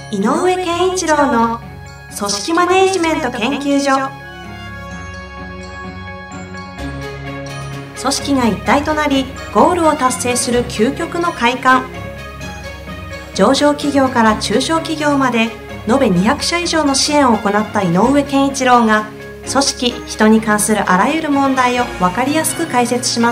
井上健一郎の組織マネジメント研究所。組織が一体となりゴールを達成する究極の快感。上場企業から中小企業まで延べ200社以上の支援を行った井上健一郎が、組織・人に関するあらゆる問題を分かりやすく解説します。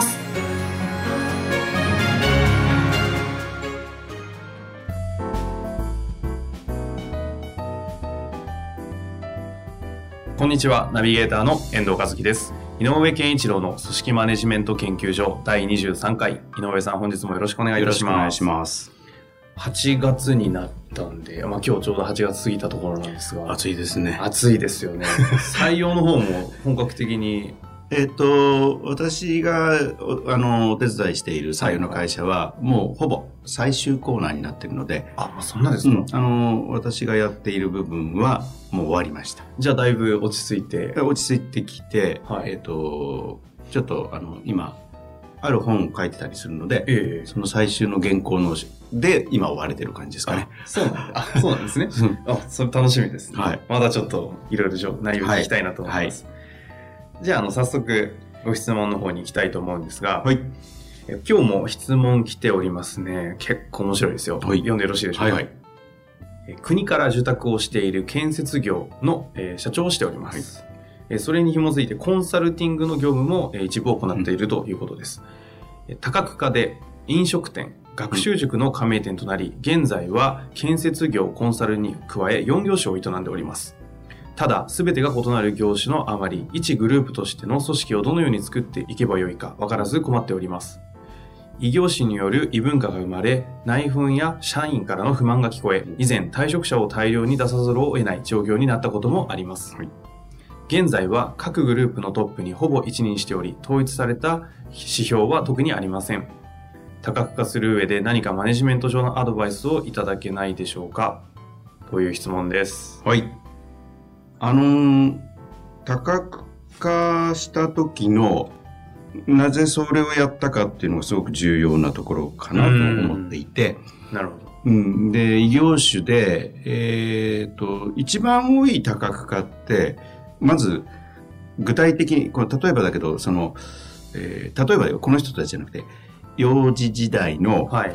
こんにちは、ナビゲーターの遠藤和樹です。井上健一郎の組織マネジメント研究所第23回。井上さん、本日もよろしくお願いいたします。 よろしくお願いします。 8月になったんで、今日ちょうど8月過ぎたところなんですが。 暑いですね。 暑いですよね。採用の方も本格的に。 私がお手伝いしている採用の会社は、もうほぼ最終コーナーになっているので。 そんなですか。 私がやっている部分はもう終わりました。 じゃあだいぶ落ち着いてきて、はい、ちょっと今ある本を書いてたりするので、その最終の原稿ので今追われてる感じですかね。 そうなんですね。それ楽しみですね。はい、まだちょっといろいろ内容聞きたいなと思います。はいはい、じゃあ早速ご質問の方に行きたいと思うんですが、はい、今日も質問来ておりますね。結構面白いですよ。はい、読んでよろしいでしょうか。はい、国から受託をしている建設業の、社長をしております。はい、それに紐づいてコンサルティングの業務も、一部行っているということです。多角化で飲食店、学習塾の加盟店となり、現在は建設業コンサルに加え4業種を営んでおります。ただ、すべてが異なる業種のあまり、一グループとしての組織をどのように作っていけばよいか分からず困っております。異業種による異文化が生まれ、内紛や社員からの不満が聞こえ、以前退職者を大量に出さざるを得ない状況になったこともあります。はい、現在は各グループのトップにほぼ一任しており、統一された指標は特にありません。多角化する上で何かマネジメント上のアドバイスをいただけないでしょうか、という質問です。 はい。多角化した時のなぜそれをやったかっていうのがすごく重要なところかなと思っていて。 なるほど。 で、異業種で、一番多い多角化って、まず具体的に、例えばだけど、例えばこの人たちじゃなくて、幼児時代の、はい、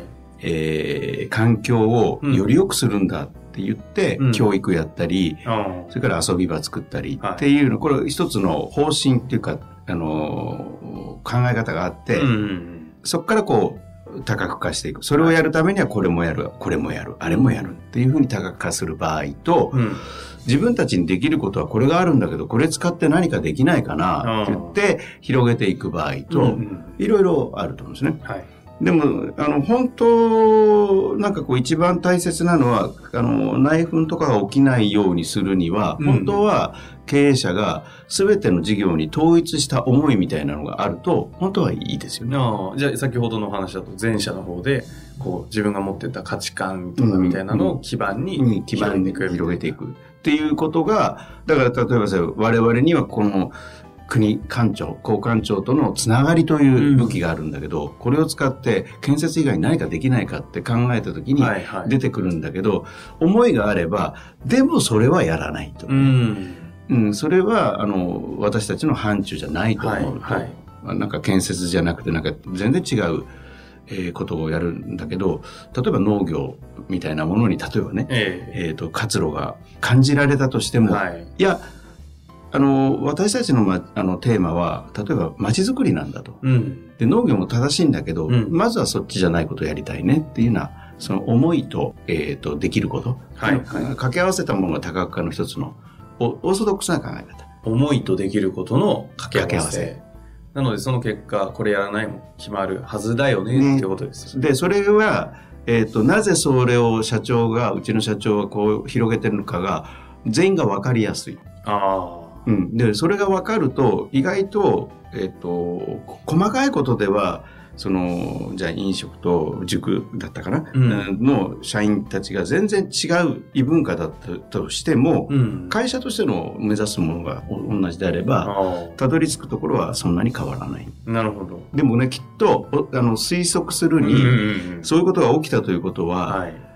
環境をより良くするんだって言って、教育やったり、それから遊び場作ったりっていうの、これ一つの方針っていうか、考え方があって、そこから多角化していく。それをやるためにはこれもやる、これもやる、あれもやるっていうふうに多角化する場合と、自分たちにできることはこれがあるんだけど、これ使って何かできないかなって言って広げていく場合と、いろいろあると思うんですね。はい、でも、本当、一番大切なのは、内紛とかが起きないようにするには、本当は経営者が全ての事業に統一した思いみたいなのがあると、本当はいいですよね。 じゃあ、先ほどの話だと、前者の方で、自分が持ってた価値観とかみたいなのを基盤に広げていくっていうことが、だから例えば我々にはこの国官庁、公官庁とのつながりという武器があるんだけど、これを使って建設以外に何かできないかって考えた時に出てくるんだけど、思いがあれば、でもそれはやらないと。それは私たちの範疇じゃないと思うと、建設じゃなくて全然違うことをやるんだけど、例えば農業みたいなものに例えばね、活路が感じられたとしても、いや私たちの、テーマは例えば街づくりなんだと、で農業も正しいんだけど、まずはそっちじゃないことをやりたいねっていうようなその思いと、できること、掛け合わせたものが多角化の一つのオーソドックスな考え方。 思いとできることの掛け合わせ。なのでその結果これやらないも決まるはずだよねってことですよね。 でそれは、なぜそれをうちの社長が広げてるのかが全員が分かりやすい。でそれが分かると意外と、細かいことではじゃあ飲食と塾だったかな、の社員たちが全然違う異文化だったとしても、会社としての目指すものが同じであればたどり着くところはそんなに変わらない。 なるほど。 でもね、きっと推測するに、そういうことが起きたということは、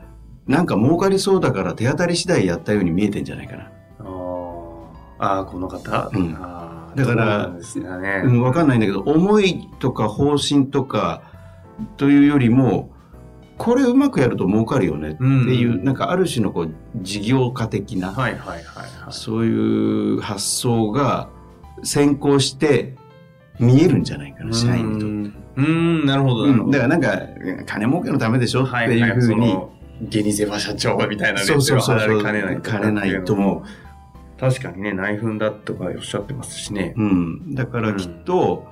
なんか儲かりそうだから手当たり次第やったように見えてんじゃないかな。 ああ、この方、 うん、だから分かんないんだけど、思いとか方針とかというよりもこれうまくやると儲かるよねっていう、なんかある種のこう事業家的な、そういう発想が先行して見えるんじゃないかな、社員にとって。 なるほど、 だからなんか金儲けのためでしょっていうふうに、 ゲニゼバ社長みたいなレッテルを貼られ兼ねないとも。 確かにね、内紛だとかおっしゃってますしね。 だからきっと、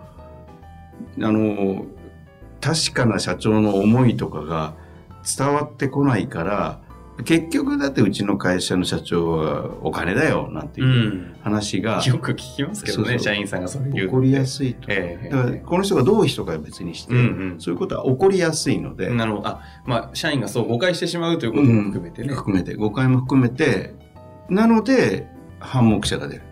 確かな社長の思いとかが伝わってこないから、結局だってうちの会社の社長はお金だよなんていう話が、 よく聞きますけどね、社員さんがそれ言う起こりやすいと、だからこの人がどういう人かは別にして、そういうことは起こりやすいので、 なるほど。社員がそう誤解してしまうということも含めてね、 誤解も含めて、なので反目者が出る。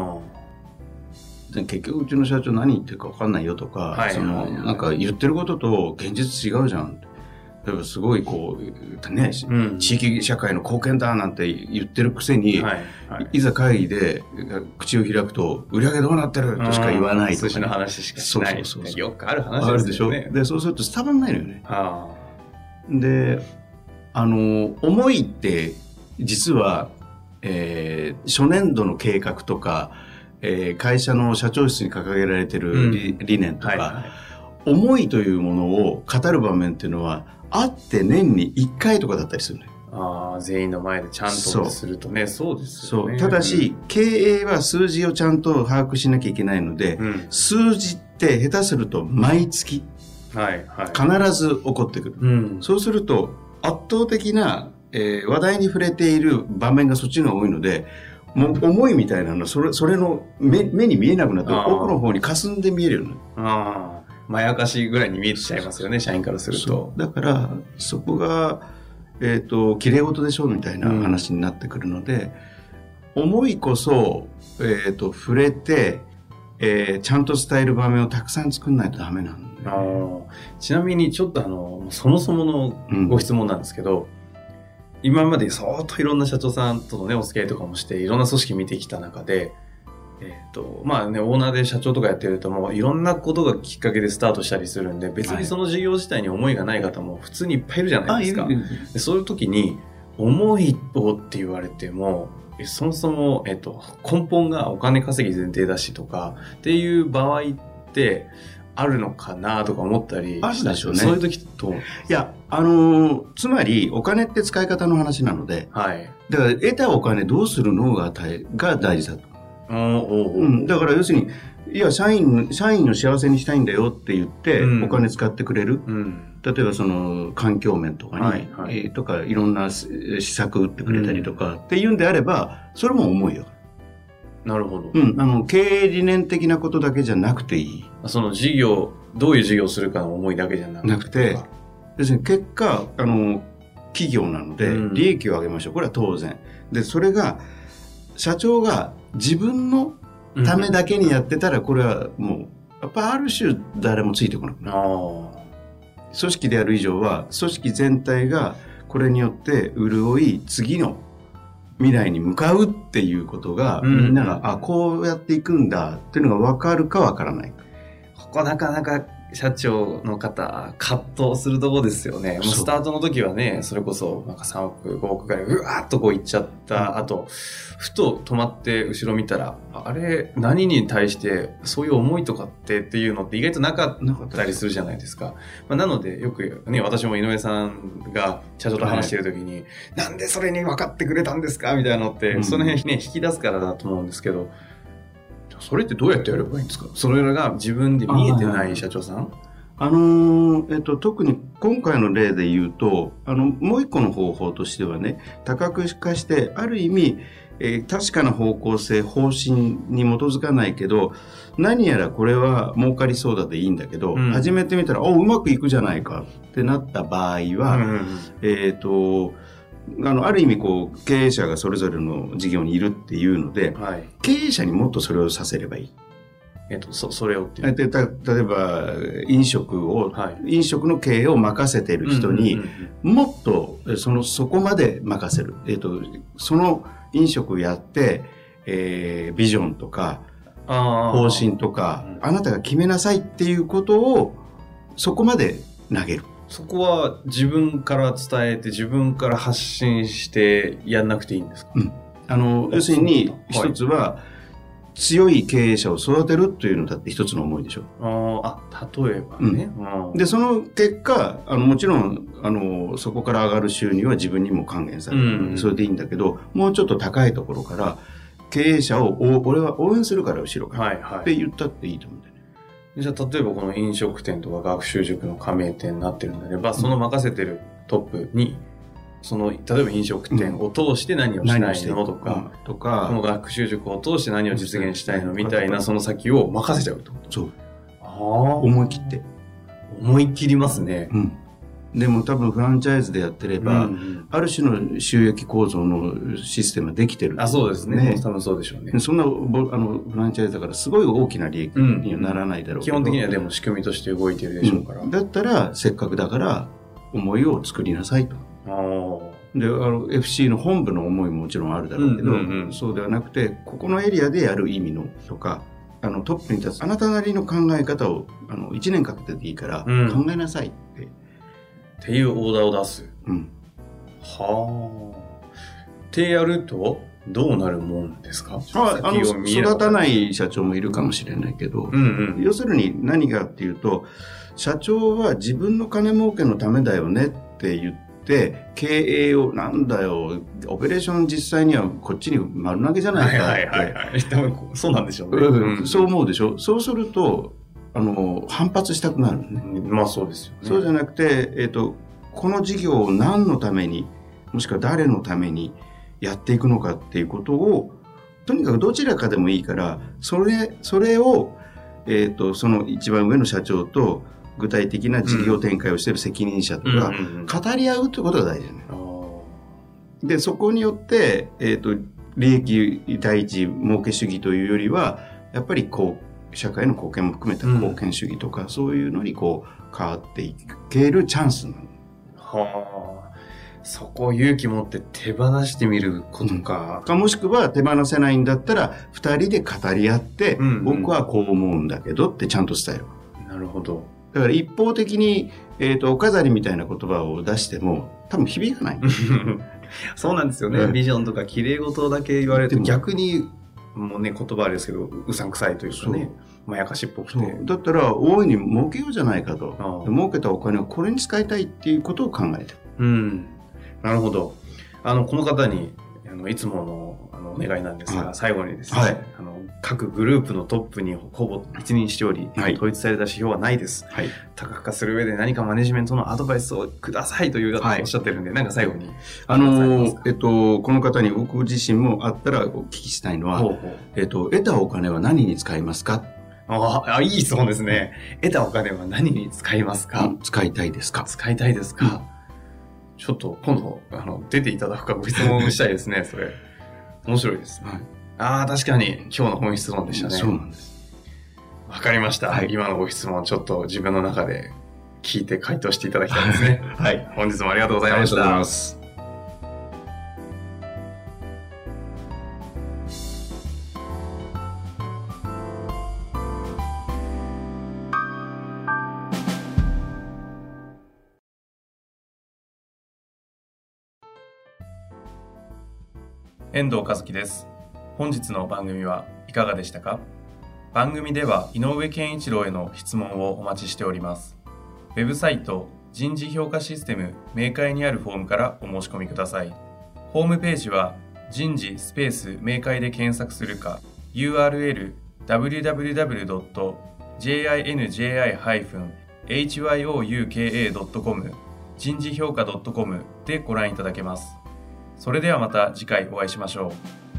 結局うちの社長何言ってるか分かんないよとか、なんか言ってることと現実違うじゃん。例えばすごいこうね、地域社会の貢献だなんて言ってるくせに、いざ会議で口を開くと売り上げどうなってるとしか言わないとか、 数字の話しかしない。よくある話ですよね。 でそうすると伝わんないのよね。で、思いって実は、初年度の計画とか、会社の社長室に掲げられている理念とか、思いというものを語る場面っていうのはあって年に1回とかだったりするのよ。 全員の前でちゃんとするとね、そうですよね。 ただし、経営は数字をちゃんと把握しなきゃいけないので、数字って下手すると毎月、必ず起こってくる。そうすると圧倒的な、話題に触れている場面がそっちの方が多いので、もう思いみたいなのそれの 目に見えなくなって奥の方に霞んで見えるよね。 まやかしぐらいに見えちゃいますよね、社員からすると。 だからそこが綺麗事でしょみたいな話になってくるので、思いこそ、触れて、ちゃんと伝える場面をたくさん作んないとダメなんで、 ちなみにちょっとそもそものご質問なんですけど、今まで相当いろんな社長さんとのね、お付き合いとかもして、いろんな組織見てきた中で、オーナーで社長とかやってるともういろんなことがきっかけでスタートしたりするんで、別にその事業自体に思いがない方も普通にいっぱいいるじゃないですか。でそういう時に、思いをって言われても、そもそも、根本がお金稼ぎ前提だしとか、っていう場合って、あるのかなとか思ったりあるでしょうね。 そういう時と。 いや、つまりお金って使い方の話なので、だから得たお金どうするのが大事だと。だから要するに、いや、社員の幸せにしたいんだよって言って、お金使ってくれる。例えばその環境面とかに、とかいろんな施策打ってくれたりとかっていうんであれば、それも重いよ。 なるほど。 経営理念的なことだけじゃなくていい。 その事業、どういう事業をするかの思いだけじゃなくて、 要するに結果、企業なので利益を上げましょう。これは当然。で、それが、社長が自分のためだけにやってたら、これはもう、やっぱある種誰もついてこなくなる。組織である以上は、組織全体がこれによって潤い、次の未来に向かうっていうことが、みんなが、こうやっていくんだっていうのが分かるか分からない。 ここなかなか社長の方、葛藤するとこですよね。もうスタートの時はね、それこそなんか3億、5億ぐらい、うわーっとこういっちゃった後、ふと止まって後ろ見たら、あれ、何に対してそういう思いとかっていうのって意外となかったりするじゃないですか。なので、よくね、私も井上さんが社長と話している時に、なんでそれに分かってくれたんですかみたいなのって、その辺ね、引き出すからだと思うんですけど、それってどうやってやればいいんですか？それが自分で見えてない社長さん？ 特に今回の例で言うと、もう一個の方法としてはね、多角化して、ある意味、確かな方向性、方針に基づかないけど、何やらこれは儲かりそうだでいいんだけど、始めてみたら、うまくいくじゃないかってなった場合は、ある意味こう経営者がそれぞれの事業にいるっていうので、経営者にもっとそれをさせればいい。 それをっていう。 例えば、飲食の経営を任せている人に、もっと、そこまで任せる。その飲食をやって、ビジョンとか、方針とか、あなたが決めなさいっていうことを、そこまで投げる。 そこは自分から伝えて、自分から発信してやんなくていいんですか？ 要するに、一つは、強い経営者を育てるというのだって一つの思いでしょ。 例えばね。 で、その結果、もちろん、そこから上がる収入は自分にも還元される。それでいいんだけど、もうちょっと高いところから、経営者を俺は応援するから後ろからって言ったっていいと思うんだよね。 じゃあ例えばこの飲食店とか学習塾の加盟店になってるんであれば、その任せてるトップに例えば飲食店を通して何をしたいのとか、この学習塾を通して何を実現したいのみたいな、その先を任せちゃうってこと？ そう。思い切って。 思い切りますね。 でも多分フランチャイズでやってれば、ある種の収益構造のシステムができてる、 そうですね。多分そうでしょうね。 そんなフランチャイズだからすごい大きな利益にはならないだろうけど、 基本的にはでも仕組みとして動いてるでしょうから。 だったらせっかくだから思いを作りなさいと。で、FC の本部の思いももちろんあるだろうけど、そうではなくて、ここのエリアでやる意味のとか、トップに立つあなたなりの考え方を1年かけてでいいから考えなさいっていうオーダーを出す。ってやるとどうなるもんですか？ 育たない社長もいるかもしれないけど、要するに何かっていうと、社長は自分の金儲けのためだよねって言って、経営をなんだよ、オペレーション実際にはこっちに丸投げじゃないかって。 多分そうなんでしょうね。そう思うでしょ。そうすると、反発したくなるね。 そうですよね。 そうじゃなくて、この事業を何のために、もしくは誰のためにやっていくのかっていうことを、とにかくどちらかでもいいから、それを、その一番上の社長と具体的な事業展開をしている責任者とか、語り合うということが大事だね。で、そこによって、利益第一儲け主義というよりは、やっぱり社会の貢献も含めた貢献主義とか、そういうのに変わっていけるチャンスなの。 そこを勇気持って手放してみることか。 もしくは手放せないんだったら、二人で語り合って、僕はこう思うんだけどってちゃんと伝える。 なるほど。 だから一方的に、お飾りみたいな言葉を出しても、多分響かない。 そうなんですよね。ビジョンとか綺麗事だけ言われると逆に、もうね、言葉あれですけど、うさんくさいというかね、まやかしっぽくて。 だったら、大いに儲けようじゃないかと。儲けたお金をこれに使いたいっていうことを考えてる。 なるほど。この方に、いつものお願いなんですが、最後にですね、各グループのトップにほぼ一任しており、統一された指標はないです。多角化する上で何かマネジメントのアドバイスをくださいというおっしゃってるんで、なんか最後に。 この方に僕自身もあったらお聞きしたいのは、得たお金は何に使いますか？ いい質問ですね。得たお金は何に使いますか？ 使いたいですか？ 使いたいですか？ちょっと今度出ていただくかご質問したいですね。それ面白いです。確かに今日の本質問でしたね。 そうなんです。 わかりました。今のご質問ちょっと自分の中で聞いて回答していただきたいですね。本日もありがとうございました。 ありがとうございます。 遠藤和樹です。本日の番組はいかがでしたか？番組では井上健一郎への質問をお待ちしております。ウェブサイト人事評価システム明快にあるフォームからお申し込みください。ホームページは人事スペース明快で検索するか URL www.jinji-hyouka.com 人事評価 .com でご覧いただけます。それではまた次回お会いしましょう。